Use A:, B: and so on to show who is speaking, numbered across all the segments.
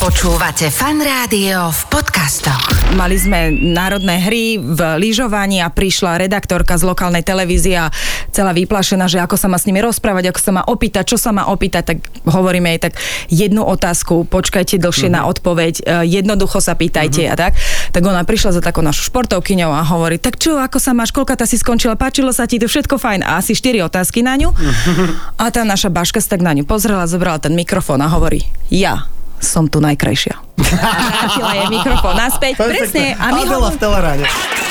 A: Počúvate Fan Rádio v podcastoch.
B: Mali sme národné hry v lyžovaní a prišla redaktorka z lokálnej televízie a celá vyplašená, že ako sa má s nimi rozprávať, ako sa má opýtať, čo sa má opýtať, tak hovoríme jej tak jednu otázku, počkajte dlhšie na odpoveď, jednoducho sa pýtajte a tak. Tak ona prišla za takou našu športovkyňou a hovorí, tak čo, ako sa máš, koľka tá si skončila, páčilo sa ti to, všetko fajn. A asi 4 otázky na ňu. A tá naša Baška sa tak na ňu pozrela, zobrala ten mikrofón a hovorí, ja som tu najkrajšia. Vrátila jej mikrofón naspäť. Presne. A my
C: Adela v Teleráne.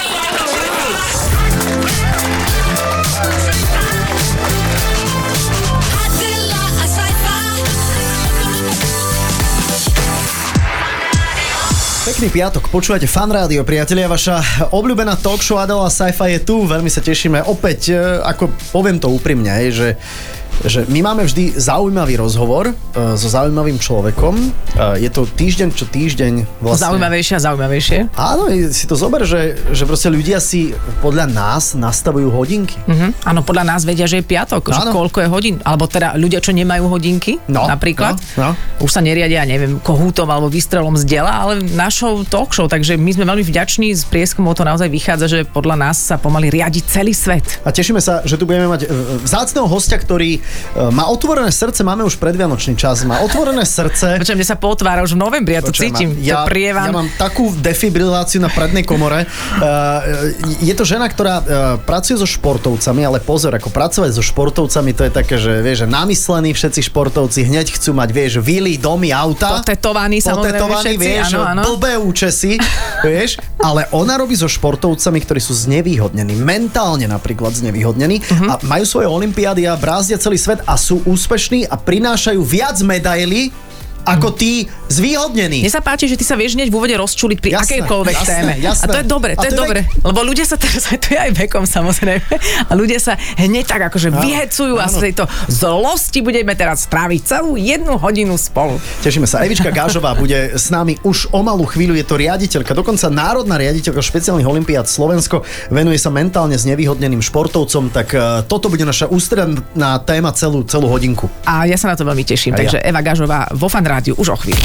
C: Pekný piatok, počúvate Fan Rádio, priatelia, vaša obľúbená talk show Adela Sci-Fi je tu, veľmi sa tešíme. Opäť, ako poviem to úprimne, že my máme vždy zaujímavý rozhovor so zaujímavým človekom. Je to týždeň čo týždeň vlastne.
D: Zaujímavejšie a zaujímavejšie.
C: Áno, si to zober, že proste ľudia si podľa nás nastavujú hodinky.
D: Áno, podľa nás vedia, že je piatok, že koľko je hodín. Alebo teda ľudia, čo nemajú hodinky, napríklad. Už sa neriadia, neviem, kohútom alebo výstrelom z diela, ale našou talk show. Takže my sme veľmi vďační, z prieskumov to naozaj vychádza, že podľa nás sa pomaly riadi celý svet.
C: A tešíme sa, že tu budeme mať vzácneho hostia, ktorý má otvorené srdce, máme už predvianočný čas, má otvorené srdce.
D: Počujem, mne sa potvára už v novembri, ja to cítim.
C: Ja mám takú defibriláciu na prednej komore. Je to žena, ktorá pracuje so športovcami, ale pozor, ako pracovať so športovcami, to je také, že vieš, že namyslení všetci športovci hneď chcú mať, vieš, vily, domy, auta.
D: Potetovaní samozrejme všetci,
C: vieš,
D: áno.
C: Blbé účesy, vieš, ale ona robí so športovcami, ktorí sú znevýhodnení, mentálne napríklad znevýhodnení a majú svoje olympiády a brázdia celý svet a sú úspešní a prinášajú viac medailí ako tí zvýhodnení.
D: Mne sa páči, že ty sa vieš hneď v úvode rozčuliť pri akejkoľvek téme.
C: Jasné.
D: A to je dobre, to je dobre. Lebo ľudia sa teraz, to je aj vekom samozrejme, a ľudia sa hneď tak akože vyhecujú a z tejto zlosti budeme teraz stráviť celú 1 hodinu spolu.
C: Tešíme sa. Evička Gážová bude s nami už o malú chvíľu, je to riaditeľka, dokonca národná riaditeľka špeciálnych olympiád Slovensko, venuje sa mentálne znevýhodneným športovcom, tak toto bude naša ústredná téma celú hodinku.
D: A ja sa na to veľmi teším. Takže Eva Gážová vo Fan Rádiu už o chvíľu.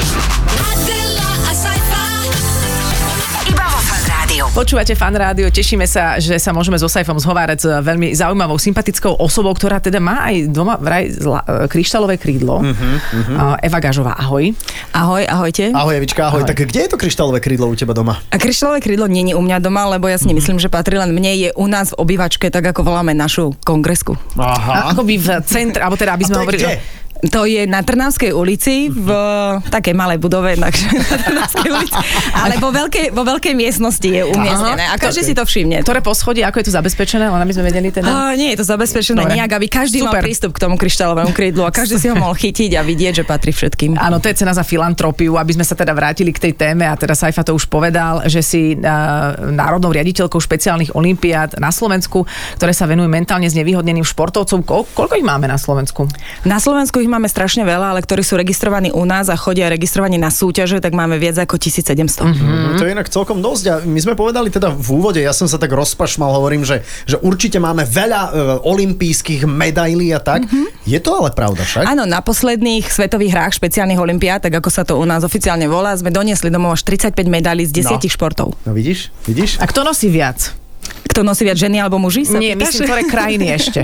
D: Počúvate Fan Rádio, tešíme sa, že sa môžeme so Saifom zhovárať s veľmi zaujímavou, sympatickou osobou, ktorá teda má aj doma vraj kryštálové krídlo. Eva Gážová, ahoj.
B: Ahoj, ahojte.
C: Ahoj Evička, ahoj. Tak kde je to kryštálové krídlo u teba doma?
B: A kryštálové krídlo nie je u mňa doma, lebo ja si nemyslím, že patrí len mne, je u nás v obývačke, tak ako voláme našu kongresku.
C: Aha.
D: Akoby v centre, alebo teda, aby sme hovorili...
B: To je na Trnavskej ulici, v takej malej budove, takže na Trnavskej ulici, ale vo veľkej miestnosti je umiestnené a každý si to všimne.
D: Ktoré poschodie, ako je to zabezpečené, len aby sme vedeli teda?
B: Nie je to zabezpečené nejak, aby každý mal prístup k tomu kryštálovému krídlu a každý si ho mohol chytiť a vidieť, že patrí všetkým.
D: Áno, to je cena za filantropiu, aby sme sa teda vrátili k tej téme a teda Saifa to už povedal, že si národnou riaditeľkou špeciálnych olympiád na Slovensku, ktoré sa venujú mentálne znevýhodneným športovcom. Koľko ich máme na Slovensku?
B: Na Slovensku máme strašne veľa, ale ktorí sú registrovaní u nás a chodia registrovaní na súťaže, tak máme viac ako 1700.
C: To je inak celkom dosť a my sme povedali teda v úvode, ja som sa tak rozpašmal, hovorím, že určite máme veľa olympijských medailí a tak. Je to ale pravda však?
B: Áno, na posledných svetových hrách špeciálnych olympiád, tak ako sa to u nás oficiálne volá, sme doniesli domov až 35 medailí z 10 športov.
C: No vidíš?
D: A kto nosí viac?
B: Kto nosí viac, ženy alebo muži?
D: Nie, myslím, ktoré krajiny ešte.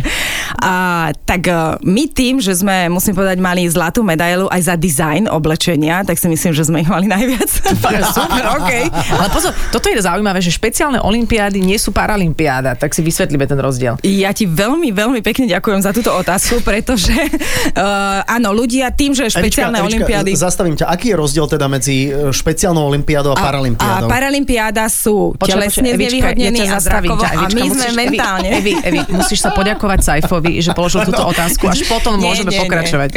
B: Tak my tým, že sme, musím povedať, mali zlatú medailu aj za dizajn oblečenia, tak si myslím, že sme ich mali najviac.
D: Super, okej. Ale pozor, toto je zaujímavé, že špeciálne olympiády nie sú paralympiáda, tak si vysvetlíme ten rozdiel.
B: Ja ti veľmi, veľmi pekne ďakujem za túto otázku, pretože áno, ľudia tým, že špeciálne olympiády...
C: Zastavím ťa, aký je rozdiel teda medzi špeciálnou olympiádou a paralympiádou?
B: A paralympiáda sú telesne znevýhodnení a zrakovo. A my sme mentálne.
D: Evi, musíš sa poďakovať Saifovi, že položil túto otázku, až potom môžeme pokračovať.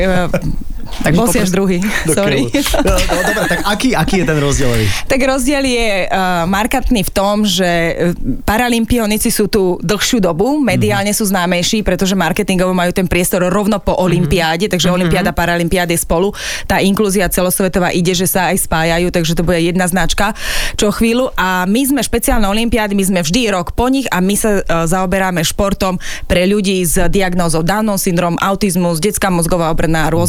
B: Bol si až druhý. Sorry.
C: Dobre, tak aký je ten rozdiel?
B: Tak rozdiel je markantný v tom, že paralympionici sú tu dlhšiu dobu, mediálne sú známejší, pretože marketingovo majú ten priestor rovno po olympiáde, takže olympiáda, paralympiáda je spolu. Tá inklúzia celosvetová ide, že sa aj spájajú, takže to bude jedna značka čo chvíľu. A my sme špeciálne olympiády, my sme vždy rok po nich a my sa zaoberáme športom pre ľudí s diagnózou Downov syndrom, autizmus, detská mozgová obrna a rôzne iné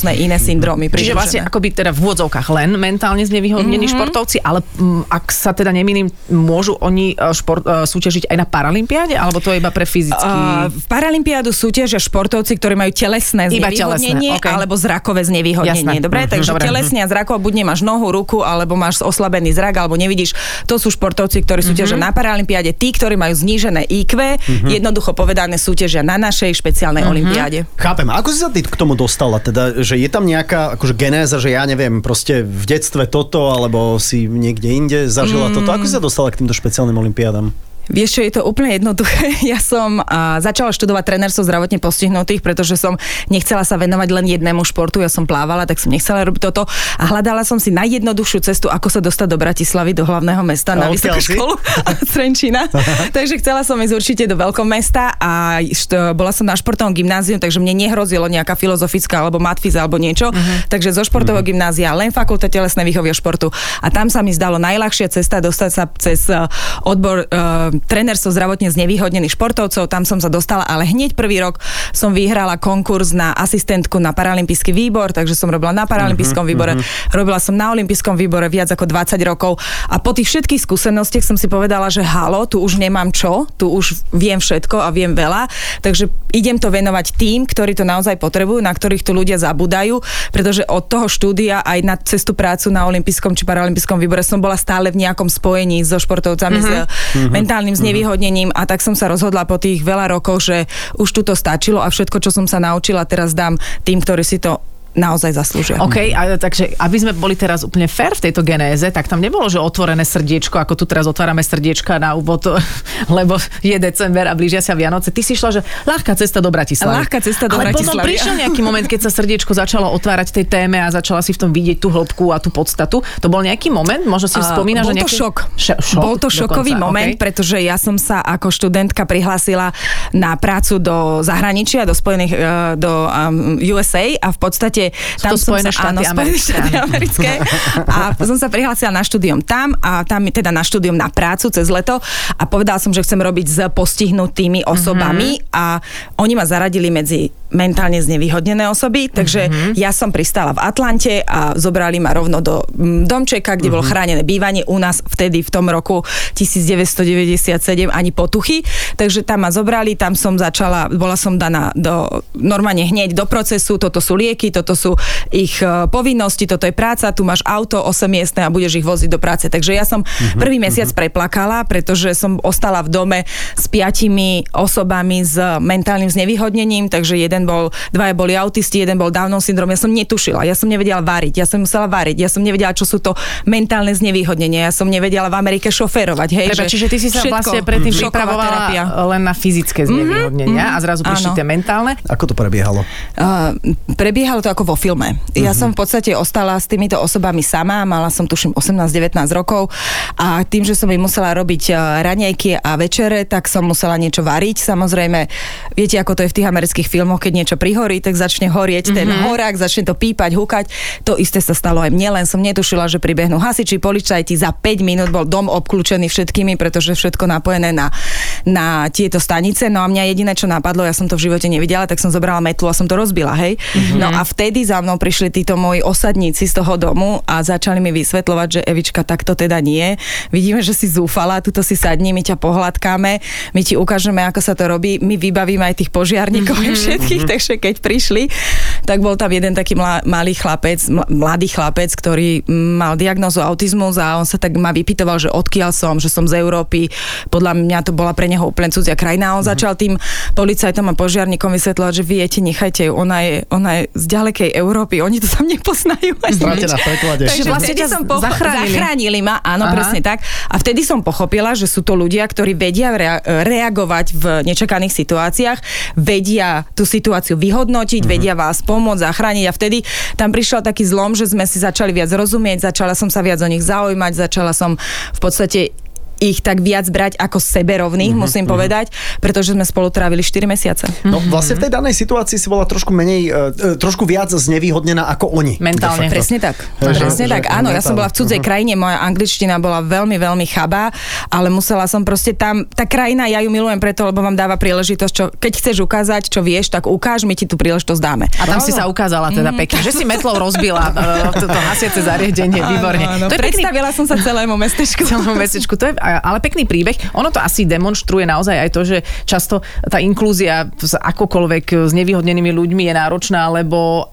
B: syndrómy.
D: Čiže vlastne akoby teda v úvodzovkách len mentálne znevýhodnení športovci, ale ak sa teda nemýlim, môžu oni súťažiť aj na paralympiáde, alebo to je iba pre fyzicky?
B: V paralympiádu súťažia športovci, ktorí majú telesné znevýhodnenie alebo zrakové znevýhodnenie. Dobre, takže telesne a zrakovo buď nemáš nohu, ruku, alebo máš oslabený zrak, alebo nevidíš. To sú športovci, ktorí súťažia na paralympiáde. Tí, ktorí majú znížené IQ, jednoducho povedané súťažia na našej špeciálnej olympiáde.
C: Chápem. Ako si sa ty k tomu dostala? Teda, že je tam nejaká akože genéza, že ja neviem, proste v detstve toto, alebo si niekde inde zažila toto. Ako si sa dostala k týmto špeciálnym olympiádam?
B: Vieš čo, je to úplne jednoduché. Ja som začala študovať trénerstvo zdravotne postihnutých, pretože som nechcela sa venovať len jednému športu. Ja som plávala, tak som nechcela robiť toto. A hľadala som si najjednoduchšiu cestu, ako sa dostať do Bratislavy, do hlavného mesta na vysokú školu Trenčína. Takže chcela som ísť určite do veľkomesta a bola som na športovom gymnáziu, takže mne nehrozilo nejaká filozofická alebo matfiza alebo niečo. Takže zo športového gymnázia len fakulta telesnej výchovy a športu. A tam sa mi zdalo najľahšia cesta dostať sa cez odbor trénerstvo zdravotne znevýhodnených športovcov, tam som sa dostala, ale hneď prvý rok som vyhrala konkurs na asistentku na paralympijský výbor, takže som robila na paralympijskom výbore, robila som na olympijskom výbore viac ako 20 rokov a po tých všetkých skúsenostiach som si povedala, že halo, tu už nemám čo, tu už viem všetko a viem veľa, takže idem to venovať tým, ktorí to naozaj potrebujú, na ktorých tu ľudia zabúdajú, pretože od toho štúdia aj na cestu prácu na olympijskom či paralympijskom výbore som bola stále v nejakom spojení so športovcami s mentálnym znevýhodnením a tak som sa rozhodla po tých veľa rokoch, že už tu to stačilo a všetko, čo som sa naučila, teraz dám tým, ktorí si to naozaj zaslúžia.
D: OK, takže aby sme boli teraz úplne fair v tejto genéze, tak tam nebolo, že otvorené srdiečko, ako tu teraz otvárame srdiečka na úvod, lebo je december a blížia sa Vianoce. Ty si šla, že ľahká cesta do Bratislavy.
B: Ľahká cesta do Bratislavy.
D: Ale potom prišiel nejaký moment, keď sa srdiečko začalo otvárať tej téme a začala si v tom vidieť tú hĺbku a tú podstatu. To bol nejaký moment? Možno si spomínaš, že nejaký...
B: Bol to šokový moment, pretože ja som sa ako študentka prihlásila na prácu do zahraničia, do Spojených, do USA a v podstate tam
D: Spojené štáty
B: americké. A som sa prihlásila na štúdium tam a tam teda na štúdium na prácu cez leto a povedala som, že chcem robiť s postihnutými osobami a oni ma zaradili medzi mentálne znevýhodnené osoby, takže ja som pristála v Atlante a zobrali ma rovno do domčeka, kde bolo chránené bývanie u nás vtedy v tom roku 1997 ani potuchy, takže tam ma zobrali, tam som začala, bola som daná normálne hneď do procesu, toto sú lieky, toto sú ich povinnosti, toto je práca, tu máš auto 8-miestne a budeš ich voziť do práce. Takže ja som prvý mesiac preplakala, pretože som ostala v dome s 5 osobami s mentálnym znevýhodnením, takže dvaja boli autisti, jeden bol Downov syndrom. Ja som netušila, ja som nevedela variť, ja som musela variť, ja som nevedela, čo sú to mentálne znevýhodnenie, ja som nevedela v Amerike šoférovať. Hej,
D: čiže ty si sa vlastne predtým pripravovala len na fyzické znevýhodnenia a zrazu prišli tie mentálne.
C: Ako to prebiehalo?
B: Prebiehalo to ako vo filme. Ja som v podstate ostala s týmito osobami sama, mala som tuším 18-19 rokov a tým, že som im musela robiť raňajky a večere, tak som musela niečo variť. Samozrejme, viete, ako to je v tých amerických filmoch, keď niečo prihorí, tak začne horieť ten horák, začne to pípať, húkať. To isté sa stalo aj mne, len som netušila, že pribehnú hasiči, policajti, za 5 minút bol dom obklúčený všetkými, pretože všetko napojené na tieto stanice. No a mňa jediné, čo napadlo, ja som to v živote nevidela, tak som zobrala metlu a som to rozbila, hej. No a vtedy za mnou prišli títo moji osadníci z toho domu a začali mi vysvetľovať, že Evička, takto teda nie. Vidíme, že si zúfala, tuto si sadni, my ťa pohľadkáme, my ti ukážeme, ako sa to robí, my vybavíme aj tých požiarníkov všetkých, takže keď prišli, tak bol tam jeden taký mladý chlapec, ktorý mal diagnózu autizmus a on sa tak ma vypytoval, že odkiaľ som, že som z Európy. Podľa mňa to bola pre neho úplne cudzia krajina. On začal tým policajtom a požiarníkom vysvetľovať, že viete, nechajte ju, ona je z ďalekej Európy, oni to tam nepoznajú.
C: Stratená v preklade.
B: Takže vlastne zachránili ma, áno, presne tak. A vtedy som pochopila, že sú to ľudia, ktorí vedia reagovať v nečakaných situáciách, vedia tú situáciu vyhodnotiť, vedia vás pomôcť, zachrániť a vtedy tam prišiel taký zlom, že sme si začali viac rozumieť, začala som sa viac o nich zaujímať, začala som v podstate ich tak viac brať ako seberovných, musím povedať, pretože sme spolu trávili 4 mesiace.
C: No vlastne v tej danej situácii si bola trošku menej, trošku viac znevýhodnená ako oni.
D: Mentálne.
B: Presne tak. Presne tak. Áno, ja som bola v cudzej krajine, moja angličtina bola veľmi, veľmi chabá, ale musela som proste tam, tá krajina, ja ju milujem preto, lebo vám dáva príležitosť, čo, keď chceš ukázať, čo vieš, tak ukáž, my ti tú príležitosť dáme.
D: A tam si sa ukázala teda pekne, že si metlou rozbila to hasiace zariadenie, výborne.
B: Áno, predstavila som sa celému mestečku.
D: To je ale pekný príbeh. Ono to asi demonstruje naozaj aj to, že často tá inklúzia s akokoľvek znevýhodnenými ľuďmi je náročná, alebo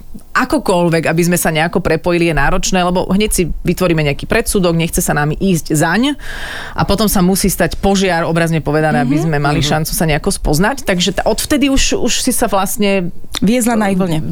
D: akokoľvek, aby sme sa nejako prepojili, je náročné, lebo hneď si vytvoríme nejaký predsudok, nechce sa nami ísť zaň a potom sa musí stať požiar, obrazne povedané, aby sme mali šancu sa nejako spoznať. Takže odvtedy už si sa vlastne
B: viezla na ich vlne.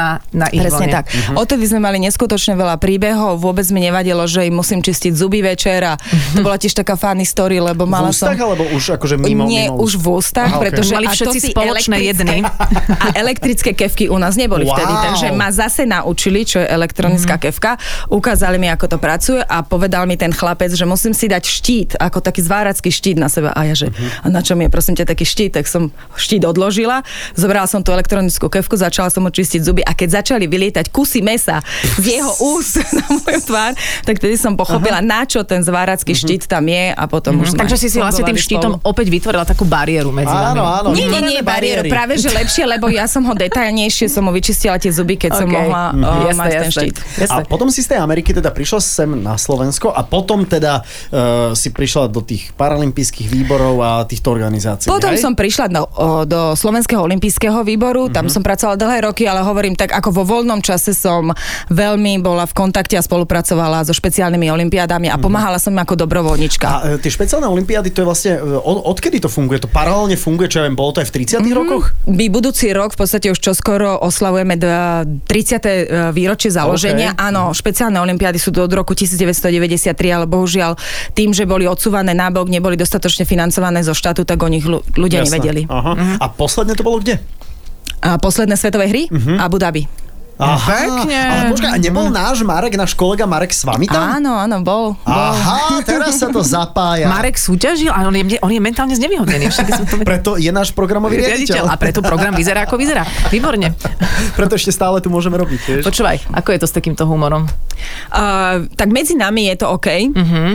D: Presne
B: tak. Odtedy sme mali neskutočne veľa príbehov, vôbec mi nevadilo, že im musím čistiť zuby večer a to bola tiež taká funny story, lebo mala som...
C: V ústach, alebo už akože mimo?
B: Nie, už v ústach, pretože
D: mali všetci spoločné jedny.
B: A elektrické kefky u nás neboli vtedy, takže ma zase naučili, čo je elektronická kefka. Ukázali mi, ako to pracuje a povedal mi ten chlapec, že musím si dať štít, ako taký zváracký štít na seba. A ja, že a na čo mi je, prosím ťa, taký štít? Tak som štít odložila, zobrala som tú elektronickú kefku, začala som mu čistiť zuby a keď začali vylietať kusy mesa z jeho úst na moju tvár, tak tedy som pochopila, na čo ten zváracký štít tam je a potom už
D: Takže si vlastne tým štítom opäť vytvorila takú bariéru medzi nami.
C: Áno.
B: Nie bariéru, práve že lepšie, lebo ja som ho detailnejšie som mu vyčistila tie zuby, keď som mohla mať ten štít.
C: A potom si z tej Ameriky teda prišla sem na Slovensko a potom teda si prišla do tých paralympijských výborov a týchto organizácií.
B: Potom som prišla do Slovenského olympijského výboru, tam som pracovala dlhé roky, ale hovorím tak, ako vo voľnom čase som veľmi bola v kontakte a spolupracovala so špeciálnymi olympiádami a pomáhala som im ako dobrovoľnička.
C: A tie špeciálne olympiády, to je vlastne, odkedy to funguje? To paralelne funguje, čo ja viem, bolo to aj v 30. rokoch?
B: My budúci rok v podstate už čoskoro oslavujeme 30. výročie založenia. Okay. Áno, špeciálne olympiády sú od roku 1993, ale bohužiaľ tým, že boli odsúvané nabok, neboli dostatočne financované zo štátu, tak o nich ľudia nevedeli.
C: Aha. A posledné to bolo kde?
B: A posledné svetové hry? Abu Dhabi.
D: Pekne.
C: Ale počkaj, a nebol náš kolega Marek s vami tam?
B: Áno, bol.
C: Aha, teraz sa to zapája.
D: Marek súťažil, ale on je mentálne znevýhodnený.
C: Preto je náš programový riaditeľ.
D: A preto program vyzerá ako vyzerá. Výborne.
C: Preto ešte stále tu môžeme robiť, vieš?
D: Počúvaj, ako je to s takýmto humorom?
B: Tak medzi nami je to OK.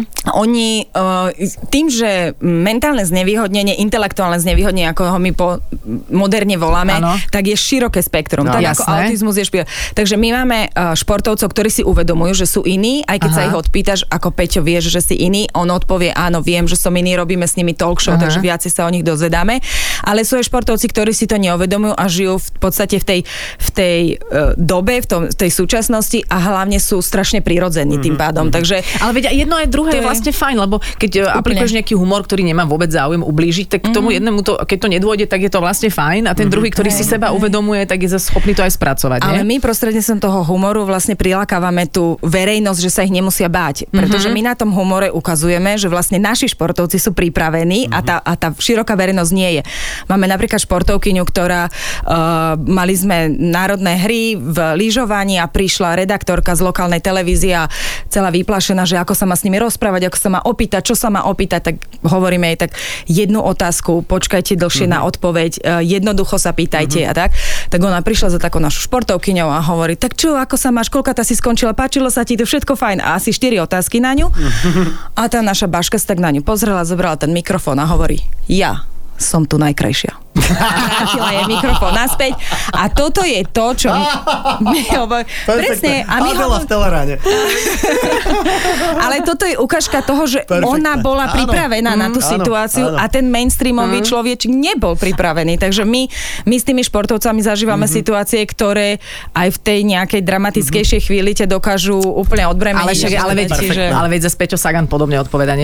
B: Oni tým, že mentálne znevýhodnenie, intelektuálne znevýhodnenie, ako ho my moderne voláme, tak je široké spektrum. Tak ako autizmus je Takže my máme športovcov, ktorí si uvedomujú, že sú iní, aj keď sa ich odpýtaš, ako Peťo, vieš, že si iný, on odpovie, áno, viem, že som iný, robíme s nimi talk show, takže viac sa o nich dozvedáme. Ale sú aj športovci, ktorí si to neuvedomujú a žijú v podstate v tej dobe, v tej súčasnosti a hlavne sú strašne prirodzení tým pádom. Takže,
D: ale veď jedno aj druhé je vlastne fajn, lebo keď aplikuješ nejaký humor, ktorý nemá vôbec záujem ublížiť, tak tomu jednému to, keď to nedôjde, tak je to vlastne fajn a ten druhý, ktorý si seba uvedomuje, tak je schopný to aj spracovať.
B: Ale my prostredníctvom toho humoru vlastne prilákavame tú verejnosť, že sa ich nemusia báť. Pretože my na tom humore ukazujeme, že vlastne naši športovci sú pripravení a tá široká verejnosť nie je. Máme napríklad športovkyňu, ktorá mali sme národné hry v lyžovaní a prišla redaktorka z lokálnej televízie a celá vyplašená, že ako sa má s nimi rozprávať, ako sa má opýtať, čo sa má opýtať, tak hovoríme jej tak jednu otázku, počkajte dlhšie na odpoveď, jednoducho sa pýtajte a tak. Tak ona prišla za takou našu športovkyňou a hovorí, tak čo, ako sa máš, koľka tá si skončila, páčilo sa ti, to všetko fajn. A asi 4 otázky na ňu. A tá naša Baška sa tak na ňu pozrela, zobrala ten mikrofón a hovorí, ja som tu najkrajšia. Vrátila jej mikrofón naspäť. A toto je to, čo my hovoríme. Presne. A my
C: v Teleráne.
B: Ale toto je ukážka toho, že ona bola pripravená na tú situáciu a ten mainstreamový človečik nebol pripravený. Takže my s tými športovcami zažívame situácie, ktoré aj v tej nejakej dramatickejšej chvíli ťa dokážu úplne odbremeniť.
D: Ale veď zase Peťo Sagan podobne odpoveda.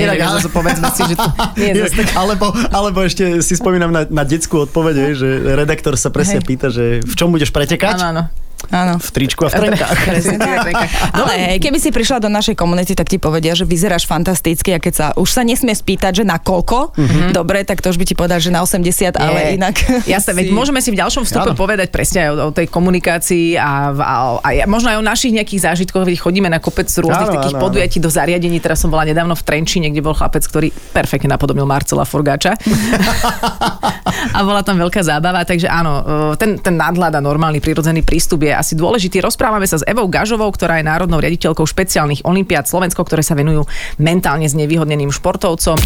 C: Alebo ešte si spomínam na detskú odpoveď, že redaktor sa presne pýta, že v čom budeš pretekať?
D: Áno.
B: Áno.
C: V tričku a v trenkách.
B: Ale keby si prišla do našej komunity, tak ti povedia, že vyzeráš fantasticky a keď už sa nesmie spýtať, že na koľko, dobre, tak to už by ti povedal, že na 80, ale inak.
D: Jasne, veď môžeme si v ďalšom vstupe povedať presne aj o tej komunikácii a možno aj o našich nejakých zážitkoch, veď chodíme na kopec rôznych takých podujatí do zariadení. Teraz som bola nedávno v Trenčíne, kde bol chlapec, ktorý perfektne napodobnil Marcela Forgáča. A bola tam veľká zábava, takže áno, ten nadhľad a normálny prirodzený prístup je asi dôležitý. Rozprávame sa s Evou Gažovou, ktorá je národnou riaditeľkou špeciálnych olympiád Slovensko, ktoré sa venujú mentálne znevýhodneným športovcom.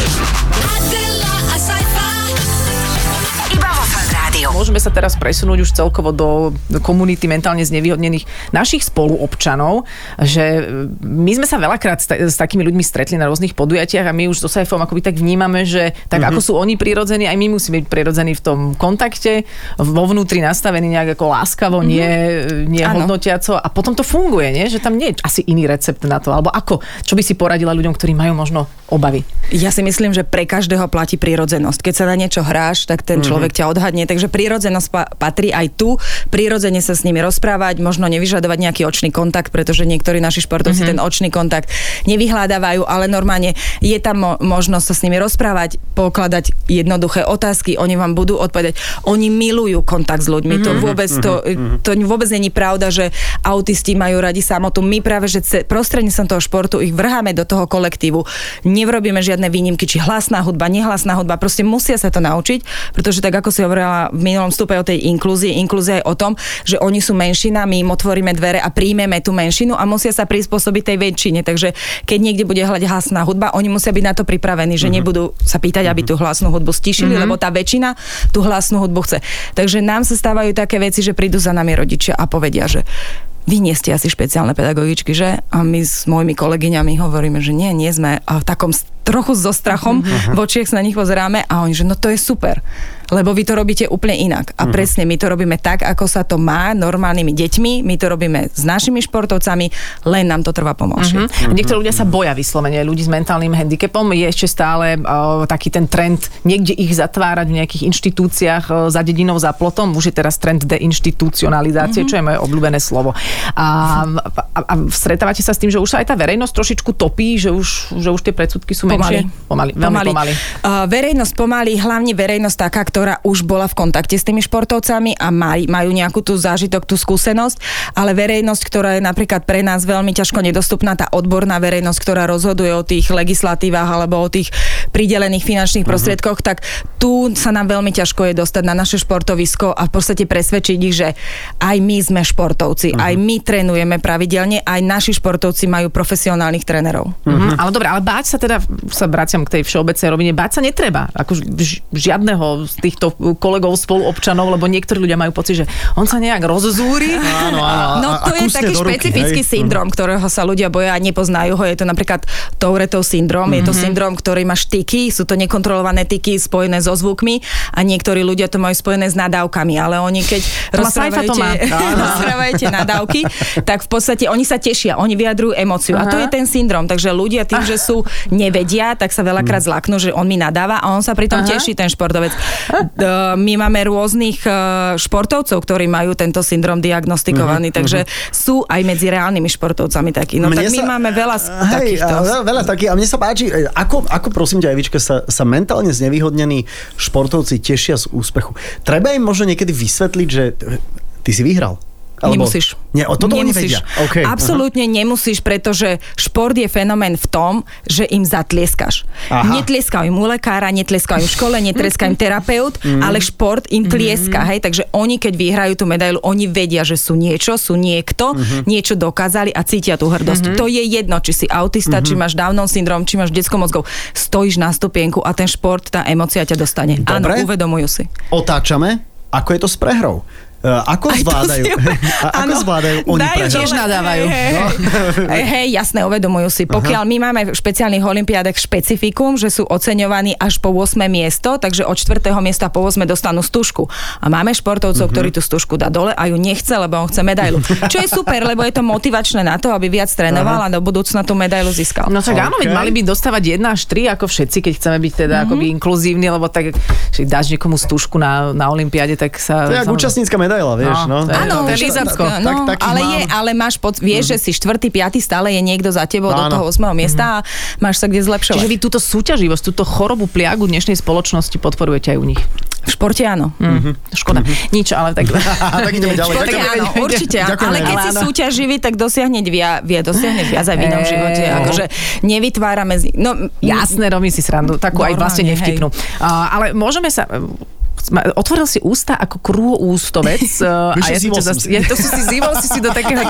D: Môžeme sa teraz presunúť už celkovo do komunity mentálne znevýhodnených našich spoluobčanov, že my sme sa veľakrát s takými ľuďmi stretli na rôznych podujatiach a my už so Saifom akoby tak vnímame, že tak ako sú oni prirodzení, aj my musíme byť prirodzení v tom kontakte, vo vnútri nastavení nejak ako láskavo, nie hodnotiaco a potom to funguje, nie? Že tam nie je asi iný recept na to, alebo ako? Čo by si poradila ľuďom, ktorí majú možno obavy?
B: Ja si myslím, že pre každého platí prirodzenosť. Keď sa na niečo hráš, tak ten človek ťa odhadne, takže prirodzenosť patrí aj tu. Prirodzene sa s nimi rozprávať, možno nevyžadovať nejaký očný kontakt, pretože niektorí naši športovci ten očný kontakt nevyhľadávajú, ale normálne je tam možnosť sa s nimi rozprávať, pokladať jednoduché otázky, oni vám budú odpovedať. Oni milujú kontakt s ľuďmi. To vôbec není pravda, že autisti majú radi samotu. My práve, že prostredníctvom toho športu ich vrháme do toho kolektívu. Nevrobíme žiadne výnimky, či hlasná hudba, nehlasná hudba, proste musia sa to naučiť, pretože tak ako si hovorila v minulom vstupe o tej inklúzii, inklúzia je o tom, že oni sú menšina, my im otvoríme dvere a príjmeme tú menšinu a musia sa prispôsobiť tej väčšine. Takže keď niekde bude hľadať hlasná hudba, oni musia byť na to pripravení, že nebudú sa pýtať, aby tú hlasnú hudbu stišili, lebo tá väčšina tú hlasnú hudbu chce. Takže nám sa stávajú také veci, že prídu za nami rodičia a povedia, že vy nie ste asi špeciálne pedagogičky, že? A my s mojimi kolegyňami hovoríme, že nie sme a v takom trochu so strachom v očiach sa na nich pozeráme a oni, že no to je super, lebo vy to robíte úplne inak. A presne, my to robíme tak, ako sa to má normálnymi deťmi, my to robíme s našimi športovcami, len nám to trvá pomôcť.
D: Niektorí ľudia sa boja vyslovene ľudí s mentálnym handicapom, je ešte stále taký ten trend niekde ich zatvárať v nejakých inštitúciách za dedinou, za plotom, už je teraz trend deinštitucionalizácie, čo je moje obľúbené slovo. A stretávate sa s tým, že už sa aj tá verejnosť trošičku topí, že už tie predsudky sú menšie? Pomaly. Verejnosť
B: pomaly, hlavne verejnosť taká, ktorá už bola v kontakte s tými športovcami a majú nejakú tú zážitok, tú skúsenosť, ale verejnosť, ktorá je napríklad pre nás veľmi ťažko nedostupná, tá odborná verejnosť, ktorá rozhoduje o tých legislatívach alebo o tých pridelených finančných prostriedkoch, tak tu sa nám veľmi ťažko je dostať na naše športovisko a v podstate presvedčiť ich, že aj my sme športovci, aj my trénujeme pravidelne, aj naši športovci majú profesionálnych trénerov.
D: Ale dobre, ale báť sa teda, sa vraciam k tej všeobecnej rovine, báť sa netreba. Ako žiadneho z týchto kolegov, spoluobčanov, lebo niektorí ľudia majú pocit, že on sa nejak rozzúri.
B: No to je taký špecifický syndrom, ktorého sa ľudia boja a nepoznajú ho. Je to napríklad Tourettov syndrom. Je to syndrom, ktorý má tiky, sú to nekontrolované tiky spojené so zvukmi a niektorí ľudia to majú spojené s nadávkami, ale oni keď rozprávajte nadávky, tak v podstate oni sa tešia, oni vyjadrujú emóciu. A to je ten syndrom. Takže ľudia tým, že sú nevedia, tak sa veľakrát zlaknú, že on mi nadáva a on sa pritom teší, ten športovec. My máme rôznych športovcov, ktorí majú tento syndrom diagnostikovaný, takže sú aj medzi reálnymi športovcami takí. No tak my máme veľa takýchto.
C: Veľa takých. A mne sa páči, ako prosím ťa, Evička, sa mentálne znevýhodnení športovci tešia z úspechu. Treba im možno niekedy vysvetliť, že ty si vyhral.
B: Nemusíš.
C: Toto oni vedia. Okay.
B: Absolútne nemusíš, pretože šport je fenomén v tom, že im zatlieskaš. Netlieskajú im u lekára, netlieskajú im v škole, netlieskajú im terapeut, ale šport im tlieska. Hej? Takže oni, keď vyhrajú tú medailu, oni vedia, že sú niečo, sú niekto, niečo dokázali a cítia tú hrdosť. To je jedno, či si autista, či máš Downov syndrom, či máš detskou mozgov. Stojíš na stupienku a ten šport, tá emócia ťa dostane.
C: Dobre.
B: Áno, uvedomujú si.
C: Otáčame. Ako je to s prehrou? Ako zvládajú oni prehrať?
D: Tiež nadávajú.
B: Hej, jasné, uvedomujú si. Pokiaľ my máme v špeciálnych olympiádach špecifikum, že sú oceňovaní až po 8. miesto, takže od 4. miesta po 8. dostanú stužku. A máme športovcov, ktorí tú stužku dá dole a ju nechce, lebo on chce medailu. Čo je super, lebo je to motivačné na to, aby viac trénoval a do budúcna tú medailu získal.
D: No tak áno, veď mali by dostávať 1 až 3 ako všetci, keď chceme byť teda akoby inkluzívni, lebo tak, že dáš niekomu stužku na olympiáde, tak sa...
C: To je ako účastnícka medaila, vieš, no.
B: Áno, ale máš vieš, že si 4., 5. stále je niekto za tebou do toho 8. miesta a máš sa kde zlepšovať.
D: Čiže vy túto súťaživosť, túto chorobu pliagu dnešnej spoločnosti podporujete aj u nich?
B: V športe áno.
D: Škoda. Nič, ale tak...
C: tak ideme ďalej.
B: Áno, určite. Ale keď si súťaživý, tak dosiahneť viac aj v inom živote. Akože nevytvárame...
D: Jasné, robím si srandu. Takú aj vlastne nevtipnú. Ale môžeme sa... Otvoril si ústa ako krôústovec. A ja to si zýval si do takého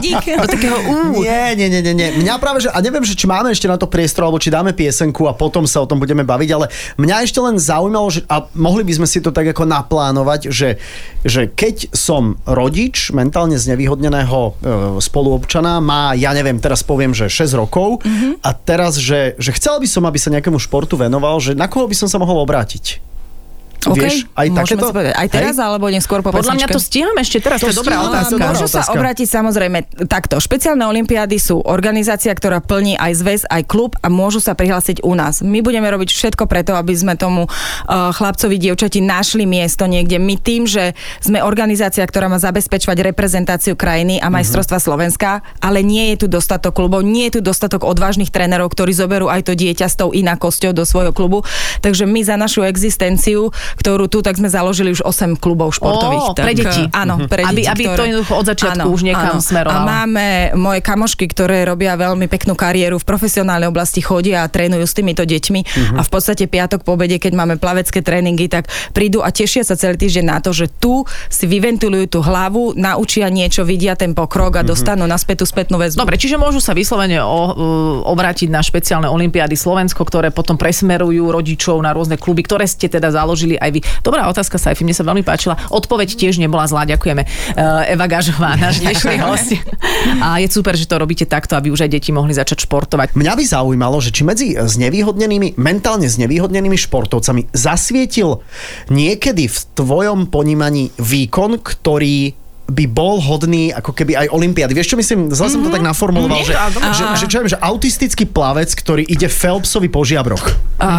C: Nie. Mňa práve, že, a neviem, že či máme ešte na to priestor, alebo či dáme piesenku a potom sa o tom budeme baviť, ale mňa ešte len zaujímalo, že, a mohli by sme si to tak ako naplánovať, že keď som rodič mentálne znevýhodneného spoluobčana, má, ja neviem, teraz poviem, že 6 rokov a teraz, že chcel by som, aby sa nejakému športu venoval, že na koho by som sa mohol obrátiť?
B: Vieš, môžeme si povedať. Aj teraz, alebo neskôr po pesničke?
D: Podľa mňa to stíhame ešte teraz, to je dobrá otázka.
B: Môžu sa obrátiť samozrejme takto. Špeciálne olympiády sú organizácia, ktorá plní aj zväz, aj klub a môžu sa prihlásiť u nás. My budeme robiť všetko preto, aby sme tomu chlapcovi, dievčati našli miesto niekde. My tým, že sme organizácia, ktorá má zabezpečovať reprezentáciu krajiny a majstrovstva Slovenska, ale nie je tu dostatok klubov, nie je tu dostatok odvážnych trénerov, ktorí zoberú aj to dieťa s tou inakosťou do svojho klubu. Takže my za našu existenciu, ktorú tu, tak sme založili už 8 klubov športových.
D: Pre deti.
B: Áno, pre deti.
D: Aby to jednoducho od začiatku už niekam smerovalo.
B: A máme moje kamošky, ktoré robia veľmi peknú kariéru v profesionálnej oblasti, chodia a trénujú s týmito deťmi a v podstate piatok po obede, keď máme plavecké tréningy, tak prídu a tešia sa celý týždeň na to, že tu si vyventilujú tú hlavu, naučia niečo, vidia ten pokrok a dostanú naspäť tú spätnú väzbu.
D: Dobre, čiže môžu sa vyslovene obrátiť na špeciálne olympiády Slovensko, ktoré potom presmerujú rodičov na rôzne kluby, ktoré ste teda založili aj vy. Dobrá otázka, Saifi, mne sa veľmi páčila. Odpoveď tiež nebola zlá, ďakujeme. Eva Gažová, náš dnešný host. A je super, že to robíte takto, aby už aj deti mohli začať športovať.
C: Mňa by zaujímalo, že či medzi mentálne znevýhodnenými športovcami zasvietil niekedy v tvojom ponímaní výkon, ktorý by bol hodný ako keby aj olympiády. Vieš čo myslím? Zle som to tak naformuloval, že čo viem, že autistický plavec, ktorý ide Phelpsovi po žiabroch.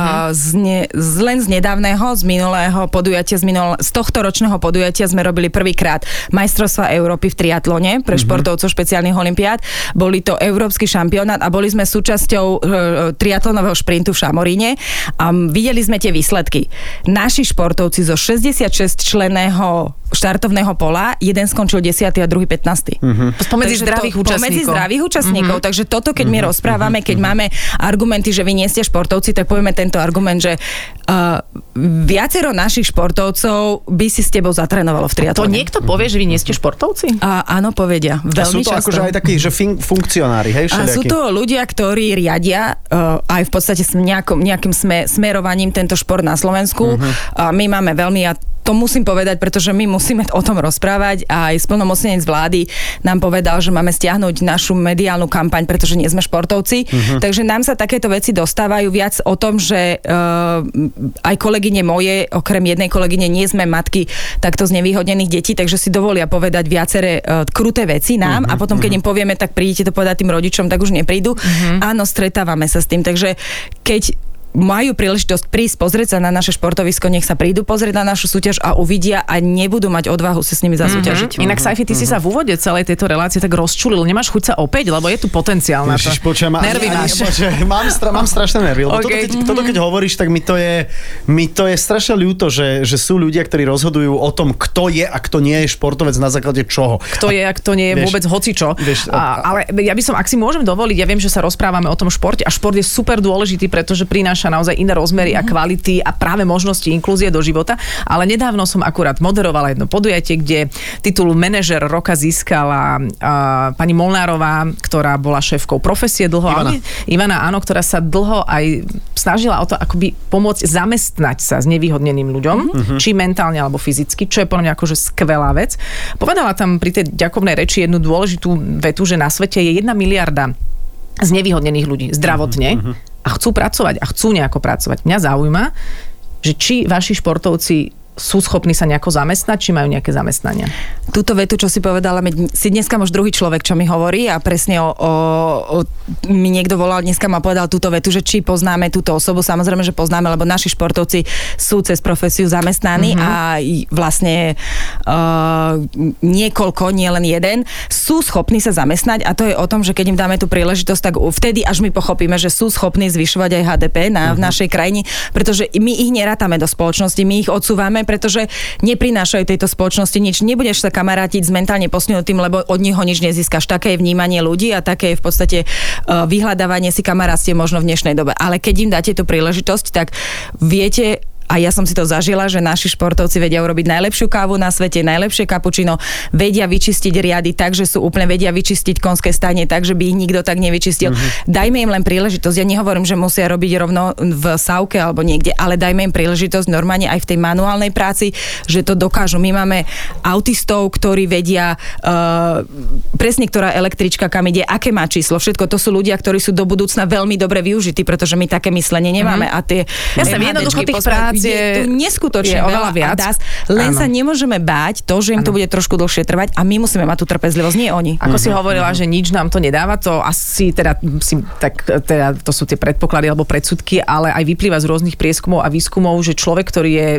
B: Len z nedávneho, z minulého podujatia, z tohto ročného podujatia sme robili prvýkrát majstrovstvá Európy v triatlone pre športovcov špeciálnych olympiád. Boli to európsky šampionát a boli sme súčasťou triatlonového šprintu v Šamoríne a videli sme tie výsledky. Naši športovci zo 66 členného štartovného pola, jeden skončil 10. a druhý 15.
D: Pomedzi zdravých účastníkov.
B: Pomedzi zdravých účastníkov. Takže toto, keď my rozprávame, keď máme argumenty, že vy nie ste športovci, tak povieme tento argument, že viacero našich športovcov by si s tebou zatrénovalo v triatlone.
D: To niekto povie, že vy nie ste športovci?
B: Áno, povedia. Veľmi
C: často. Sú to akože aj takí, že funkcionári, hej?
B: A sú to ľudia, ktorí riadia aj v podstate s nejakým smerovaním tento šport na Slovensku. My máme veľmi, to musím povedať, pretože my musíme o tom rozprávať a aj splnomocnenec vlády nám povedal, že máme stiahnuť našu mediálnu kampaň, pretože nie sme športovci. Takže nám sa takéto veci dostávajú viac o tom, že aj kolegyne moje, okrem jednej kolegyne, nie sme matky takto znevýhodnených detí, takže si dovolia povedať viaceré kruté veci nám a potom, keď im povieme, tak prídete to povedať tým rodičom, tak už neprídu. Áno, stretávame sa s tým. Takže keď majú príležitosť prísť, pozrieť sa na naše športovisko, nech sa prídu pozrieť na našu súťaž a uvidia a nebudú mať odvahu sa s nimi zasúťažiť.
D: Inak Saifi, ty si sa v úvode celej tejto relácie tak rozčulil. Nemáš chuť sa opäť, lebo je tu potenciál na to.
C: Nervy máš. Mám strašné nervy, lebo toto keď hovoríš, tak mi to je strašne ľúto, že sú ľudia, ktorí rozhodujú o tom, kto je a kto nie je športovec na základe čoho.
D: Kto je a kto nie je vôbec hocičo. Ale ja by som, ak si môžem dovoliť, ja viem, že sa rozprávame o tom športe a šport je super dôležitý, pretože prináša naozaj iné rozmery a kvality a práve možnosti inklúzie do života. Ale nedávno som akurát moderovala jedno podujatie, kde titul manažer roka získala pani Molnárová, ktorá bola šéfkou profesie dlho. Ivana, áno, ktorá sa dlho aj snažila o to, akoby pomôcť zamestnať sa s nevýhodneným ľuďom, či mentálne alebo fyzicky, čo je podľa mňa akože skvelá vec. Povedala tam pri tej ďakovnej reči jednu dôležitú vetu, že na svete je 1 miliarda znevýhodnených ľudí zdravotne a chcú pracovať a chcú nejako pracovať. Mňa zaujíma, že či vaši športovci sú schopní sa nejako zamestnať, či majú nejaké zamestnania?
B: Túto vetu, čo si povedala, si dneska už druhý človek, čo mi hovorí a presne mi niekto volal, dneska ma povedal túto vetu, že či poznáme túto osobu. Samozrejme, že poznáme, lebo naši športovci sú cez profesiu zamestnaní a vlastne niekoľko, nie len jeden, sú schopní sa zamestnať a to je o tom, že keď im dáme tú príležitosť, tak vtedy až my pochopíme, že sú schopní zvyšovať aj HDP v našej krajine, pretože my ich nerátame do spoločnosti, my ich odsúvame, pretože neprinášajú tejto spoločnosti nič. Nebudeš sa kamarátiť s mentálne postihnutým, lebo od neho nič nezískaš. Také je vnímanie ľudí a také je v podstate vyhľadávanie si kamarátstiev možno v dnešnej dobe. Ale keď im dáte tú príležitosť, tak viete, a ja som si to zažila, že naši športovci vedia urobiť najlepšiu kávu na svete, najlepšie kapučino, vedia vyčistiť riady tak, že sú úplne, vedia vyčistiť konské stane tak, že by ich nikto tak nevyčistil. Dajme im len príležitosť. Ja nehovorím, že musia robiť rovno v sávke alebo niekde, ale dajme im príležitosť normálne aj v tej manuálnej práci, že to dokážu. My máme autistov, ktorí vedia presne, ktorá električka kam ide, aké má číslo. Všetko to sú ľudia, ktorí sú do budúcna veľmi dobre využití, pretože my také myslenie nemáme a tie
D: jednoducho tých prác
B: je tu neskutočne
D: oveľa viac.
B: Len sa nemôžeme báť to, že im to bude trošku dlhšie trvať a my musíme mať tú trpezlivosť, nie oni.
D: Ako si hovorila, že nič nám to nedáva, to asi teda to sú tie predpoklady alebo predsudky, ale aj vyplýva z rôznych prieskumov a výskumov, že človek, ktorý je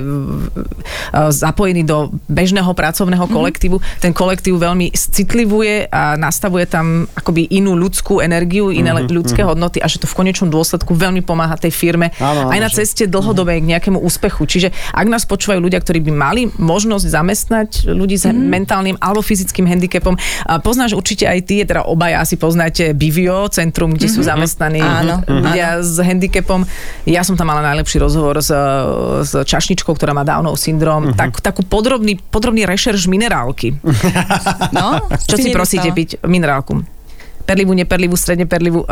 D: zapojený do bežného pracovného kolektívu, ten kolektív veľmi citlivuje a nastavuje tam akoby inú ľudskú energiu, iné ľudské hodnoty a že to v konečnom dôsledku veľmi pomáha tej firme aj na ceste dlhodobej k nejakému úspechu. Čiže ak nás počúvajú ľudia, ktorí by mali možnosť zamestnať ľudí s mentálnym alebo fyzickým handicapom, poznáš určite aj ty, teda obaja asi poznáte Bivio, centrum, kde sú zamestnaní ľudia s handicapom. Ja som tam mala najlepší rozhovor s čašničkou, ktorá má Downov syndrom. Takú podrobný rešerš minerálky. No, čo si prosíte piť minerálku? Perlivú, neperlivú, stredne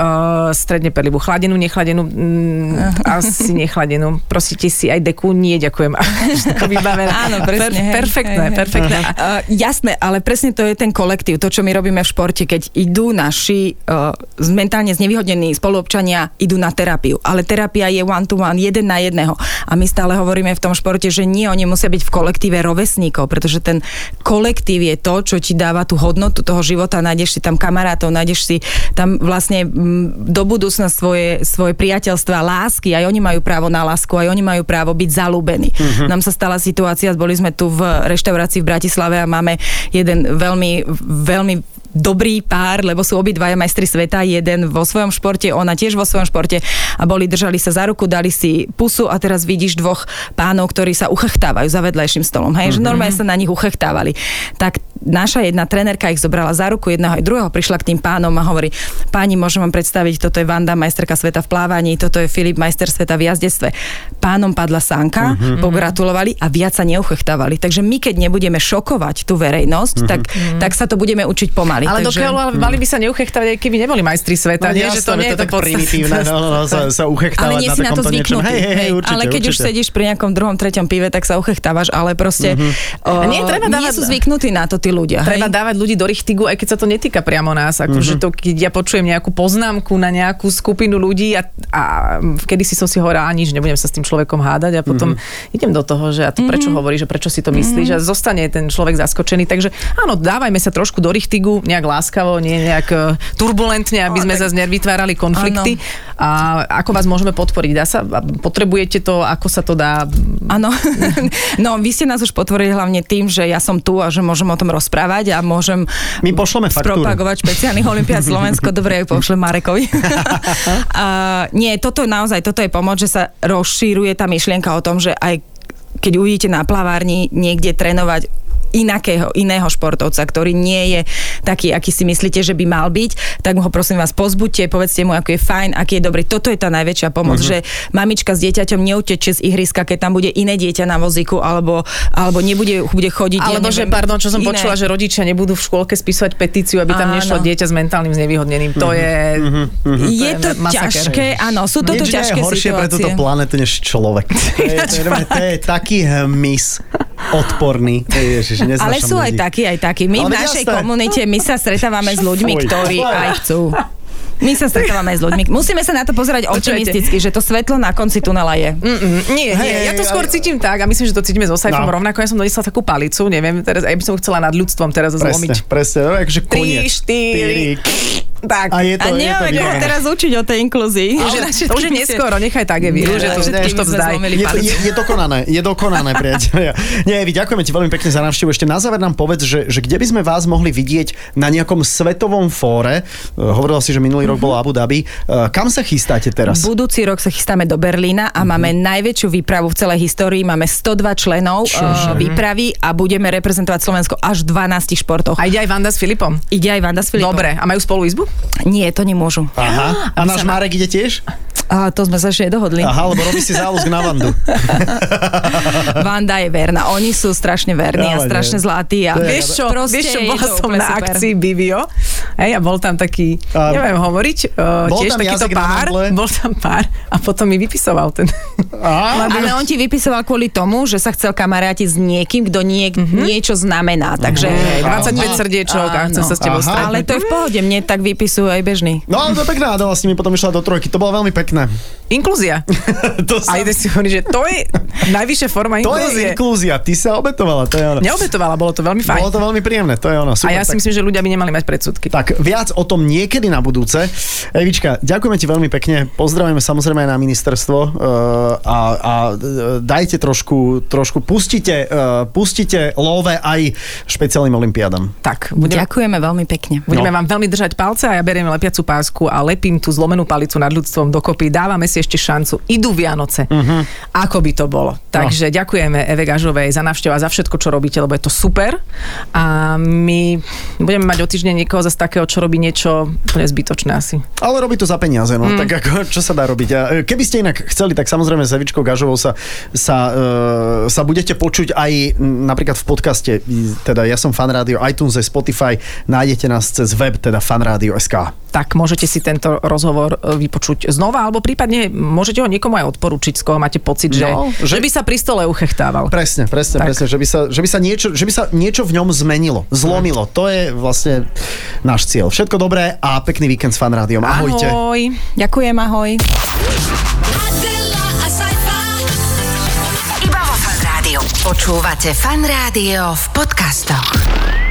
D: perlivú, chladenú, nechladenú, asi nechladenú. Prosíte si aj deku? Nie, ďakujem.
B: Áno, presne.
D: Perfektné.
B: Jasné, ale presne to je ten kolektív, to, čo my robíme v športe, keď idú naši mentálne znevýhodnení spoluobčania, idú na terapiu. Ale terapia je one to one, jeden na jedného. A my stále hovoríme v tom športe, že nie, oni musia byť v kolektíve rovesníkov, pretože ten kolektív je to, čo ti dáva tú hodnotu toho života, nájdeš si tam kamarátov, nájdeš si tam vlastne do budúcna svoje priateľstva, lásky, aj oni majú právo na lásku, aj oni majú právo byť zalúbení. Nám sa stala situácia, boli sme tu v reštaurácii v Bratislave a máme jeden veľmi, veľmi dobrý pár, lebo sú obidvaja majstri sveta, jeden vo svojom športe, ona tiež vo svojom športe a držali sa za ruku, dali si pusu a teraz vidíš dvoch pánov, ktorí sa uchechtávajú za vedľajším stolom. Hej, že normálne sa na nich uchechtávali. Tak naša jedna trénerka ich zobrala za ruku, jedného aj druhého, prišla k tým pánom a hovorí: páni, môžem vám predstaviť, toto je Vanda, majsterka sveta v plávaní, toto je Filip, majster sveta v jazdectve. Pánom padla sánka, pogratulovali a viac sa neuchechtávali. Takže my, keď nebudeme šokovať tú verejnosť, tak sa to budeme učiť pomaly.
D: Ale dokiaľ mali by sa neuchechtávať, aj keby neboli majstri sveta. Nie, že to nie je to
C: primitívne, sa uchechtávať.
B: Ale nie si na to zvyknutý. Ale keď už sedíš pri nejakom druhom, treťom pive, tak sa uchechtávaš, ale proste nie sú zvyknutí na to tí ľudia.
D: Treba dávať ľudí do richtigu, aj keď sa to netýka priamo nás. Akože to, keď ja počujem nejakú poznámku na nejakú skupinu ľudí a kedysi som si hovorila, nič, nebudem sa s tým človekom hádať a potom idem do toho, že a to prečo hovorí, že prečo si to myslíš a zostane ten človek zaskočený. Takže áno, dávajme sa trošku do richtigu, nejak láskavo, nie nejak turbulentne, aby sme zase nevytvárali konflikty. A ako vás môžeme podporiť? Potrebujete to, ako sa to dá?
B: Áno. No, vy ste nás už potvorili hlavne tým, že ja som tu a že môžem o tom rozprávať a môžem propagovať špeciálnych olympiád Slovensko. Dobre, aj pošlem Marekovi. Nie, toto je pomoc, že sa rozšíruje tá myšlienka o tom, že aj keď uvidíte na plavárni niekde trénovať iného športovca, ktorý nie je taký, aký si myslíte, že by mal byť, tak ho prosím vás pozbuďte, povedzte mu, ako je fajn, aký je dobrý. Toto je tá najväčšia pomoc, že mamička s dieťaťom neutečie z ihriska, keď tam bude iné dieťa na vozíku, alebo bude chodiť.
D: Alebo čo som počula, že rodičia nebudú v škôlke spísať petíciu, aby tam nešlo dieťa s mentálnym znevýhodnením. To je
B: je to ťažké, áno, sú toto ťažké situácie.
C: Nič je horšie pre túto planetu než človek. To je taký hmyz odporný.
B: Ale sú ľudí. aj takí. My v našej komunite, my sa stretávame s ľuďmi, ktorí aj chcú. My sa stretávame s ľuďmi. Musíme sa na to pozerať optimisticky, že to svetlo na konci tunela je.
D: Nie. Ja to skôr cítim tak a myslím, že to cítime so Saifom rovnako. Ja som donesla takú palicu, neviem, teraz ja by som chcela nad ľudstvom teraz zlomiť.
C: Presne, akože koniec.
D: 3, 4. Tak.
C: A je to
B: teraz učiť o tej inklúzii.
D: Už je neskoro, nechaj tak, Evi. Už to vzdaj.
C: Je dokonané, priatelia. Nie, Evi, ďakujeme ti veľmi pekne za návštevu. Ešte na záver nám povedz, že kde by sme vás mohli vidieť na nejakom svetovom fóre. Hovorila si, že minulý rok bolo Abu Dhabi. Kam sa chystáte teraz?
B: Budúci rok sa chystáme do Berlína a máme najväčšiu výpravu v celej histórii. Máme 102 členov výpravy a budeme reprezentovať Slovensko až v 12 športoch.
D: A ide aj Vanda s Filipom?
B: Ide aj Vanda s Filipom.
D: Dobre, a majú spolu izbu?
B: Nie, to nemôžu.
C: Aha. A náš Marek ide tiež?
B: A to sme sa ešte dohodli.
C: Aha, lebo robí si záľusk na Vandu.
B: Vanda je verná. Oni sú strašne verní a strašne zlatí. A
D: vieš čo, bola som na akcii Bivio. Hej, a bol tam taký, neviem hovoriť, tiež takýto pár. Bol tam pár a potom mi vypisoval ten.
B: Ale on ti vypisoval kvôli tomu, že sa chcel kamarátiť s niekým, kto niečo znamená. Takže
D: 25 srdiečok a chcem sa s tebou stretnúť.
B: Ale to je v pohode, mne tak vypisujú aj bežný.
C: No, to je pekná, Adela s nimi potom išla do trojky. To bolo veľmi pekné.
D: Inklúzia. A ide si hovoriť, že to je najvyššia forma inklúzie.
C: To je inklúzia, ty sa obetovala, to je ono.
D: Neobetovala, bolo to veľmi fajn.
C: Bolo to veľmi príjemné, to je ono. Super,
D: a ja si myslím, že ľudia by nemali mať predsudky.
C: Tak, viac o tom niekedy na budúce. Evička, ďakujeme ti veľmi pekne, pozdravujeme samozrejme aj na ministerstvo a dajte trošku pustite love aj špeciálnym olympiádam.
D: Tak,
B: ďakujeme veľmi pekne.
D: Budeme vám veľmi držať palce a ja beriem lepiacu pásku a lepím tú zlomenú palicu nad ľudstvom dokopy. Dávame si ešte šancu. Idú Vianoce. Ako by to bolo. Takže ďakujeme Eve Gažovej za návštevu a za všetko, čo robíte, lebo je to super. A my budeme mať o týždeň niekoho zase takého, čo robí niečo úplne zbytočné asi. Ale robí to za peniaze, no. Tak ako, čo sa dá robiť? A keby ste inak chceli, tak samozrejme s Evičkou Gažovou sa budete počuť aj napríklad v podcaste, teda Ja som Fan Rádio, iTunes, Spotify, nájdete nás cez web, teda fanradio.sk. Tak môžete si tento rozhovor vypočuť znova, alebo prípadne môžete ho niekomu aj odporúčiť, z koho máte pocit, že by sa pri stole uchechtával. Presne, že by sa niečo v ňom zmenilo, zlomilo. To je vlastne náš cieľ. Všetko dobré a pekný víkend s Fan Rádiom. Ahojte. Ahoj. Ďakujem, ahoj.
A: Iba vo Fan Rádiu. Počúvate Fan Rádio v podcastoch.